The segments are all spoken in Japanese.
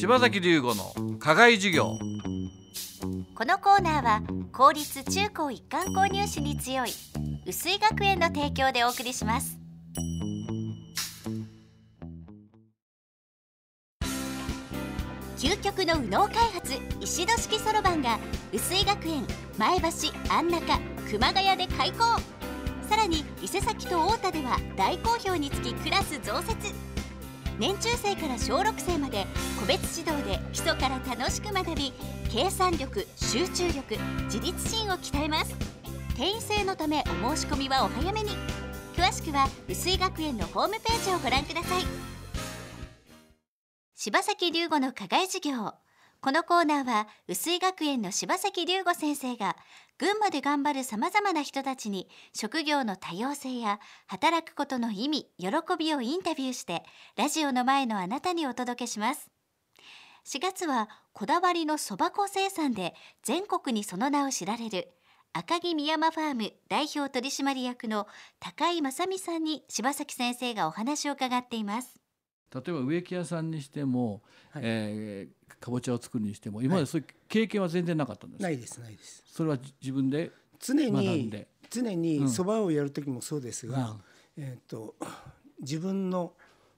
柴崎龍吾の課外授業。 このコーナーは公立中高一貫購入士に強い薄井学園の提供でお送りします。究極の右脳開発石戸式そろばんが薄井学園、前橋、安中、熊谷で開講。さらに伊勢崎と太田では大好評につきクラス増設。年中生から小6生まで個別指導で基礎から楽しく学び、計算力、集中力、自立心を鍛えます。定員制のためお申し込みはお早めに。詳しくは薄井学園のホームページをご覧ください。柴崎龍吾の課外授業。このコーナーは薄井学園の柴崎龍吾先生が群馬で頑張るさまざまな人たちに職業の多様性や働くことの意味、喜びをインタビューしてラジオの前のあなたにお届けします。4月はこだわりのそば粉生産で全国にその名を知られる赤城みやまファーム代表取締役の高井正美さんに柴崎先生がお話を伺っています。 例えば植木屋さんにしても、 はい、 かぼちゃを作るにしても今までそういう経験は全然なかったんですか？ ないです、ないです。それは自分で常にそばをやる時もそうですが、自分の、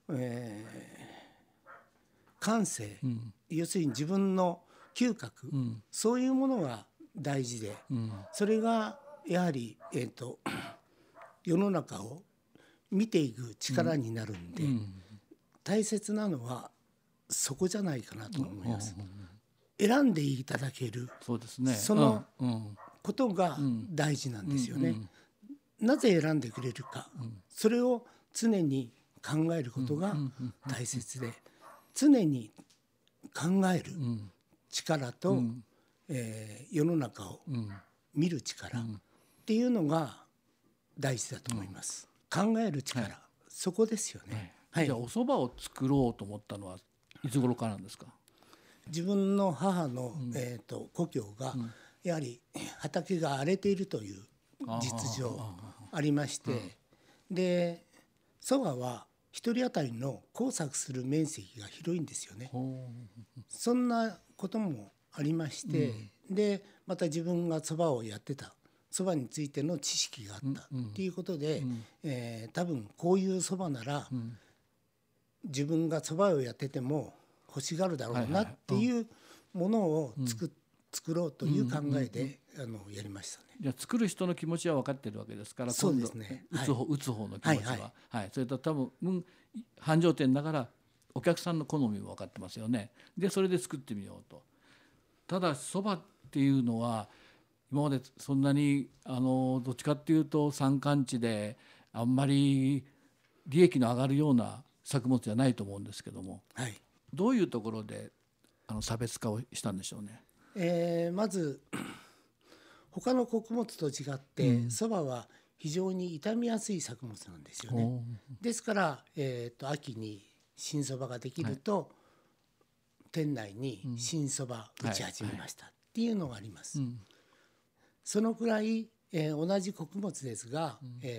感性、要するに自分の嗅覚、そういうものが大事で、それがやはり、世の中を見ていく力になるんで、大切なのはそこじゃないかなと思います。選んでいただける、 そうですね、 そのことが大事なんですよね。なぜ選んでくれるか、それを常に考えることが大切で、常に考える力と、世の中を見る力っていうのが大事だと思います。考える力、そこですよね。 じゃあお蕎麦を作ろうと思ったのはいつ頃からなんですか？ 自分の母の、故郷が、やはり畑が荒れているという実情ありまして、で蕎麦は一人当たりの耕作する面積が広いんですよね。そんなこともありまして、でまた自分が蕎麦をやってた、蕎麦についての知識があったっていうことで、多分こういう蕎麦なら、自分が蕎麦をやってても欲しがるだろうなっていうものを作ろうという考えでやりましたね。 じゃあ作る人の気持ちは分かってるわけですから、 そうですね、 打つ方の気持ちは、それと多分繁盛店だからお客さんの好みも分かってますよね。でそれで作ってみようと。ただ蕎麦っていうのは今までそんなにどっちかっていうと山間地であんまり利益の上がるような作物じゃないと思うんですけども、どういうところで差別化をしたんでしょうね。 まず他の穀物と違って蕎麦は非常に傷みやすい作物なんですよね。ですから、秋に新蕎麦ができると、店内に新蕎麦打ち始めましたっていうのがあります。そのくらい、同じ穀物ですが、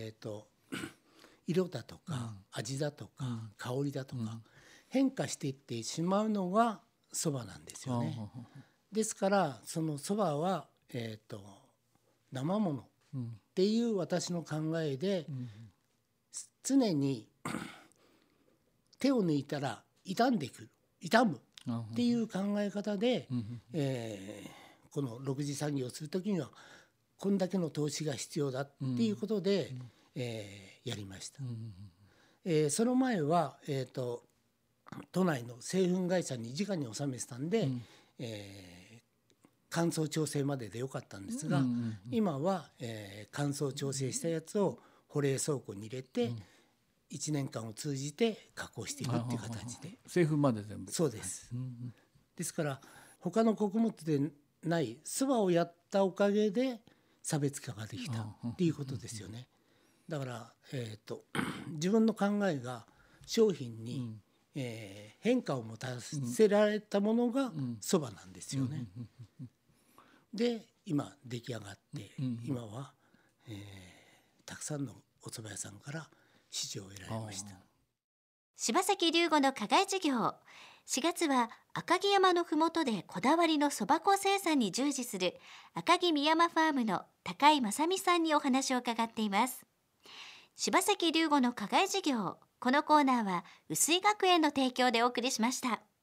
色だとか味だとか香りだとか変化していってしまうのが蕎麦なんですよね。ですからその蕎麦は、生ものっていう私の考えで、常に手を抜いたら傷んでくる、傷むっていう考え方で、この6次産業をするときにはこんだけの投資が必要だっていうことで、やりました。その前は、都内の製粉会社に直に納めてたんで、乾燥調整まででよかったんですが、今は、乾燥調整したやつを保冷倉庫に入れて、1年間を通じて加工していくっていう形で。 製粉まで全部。 そうです。ですから他の穀物でない蕎麦をやったおかげで差別化ができたっていうことですよね。だから、自分の考えが商品に、変化を持たせられたものが蕎麦なんですよね。で今出来上がって、今は、たくさんのお蕎麦屋さんから支持を得られました。 柴崎龍吾の課外授業。 4月は赤城山のふもとでこだわりのそば粉生産に従事する赤城みやまファームの高井正美さんにお話を伺っています。柴崎龍吾の課外授業、このコーナーは碓井学園の提供でお送りしました。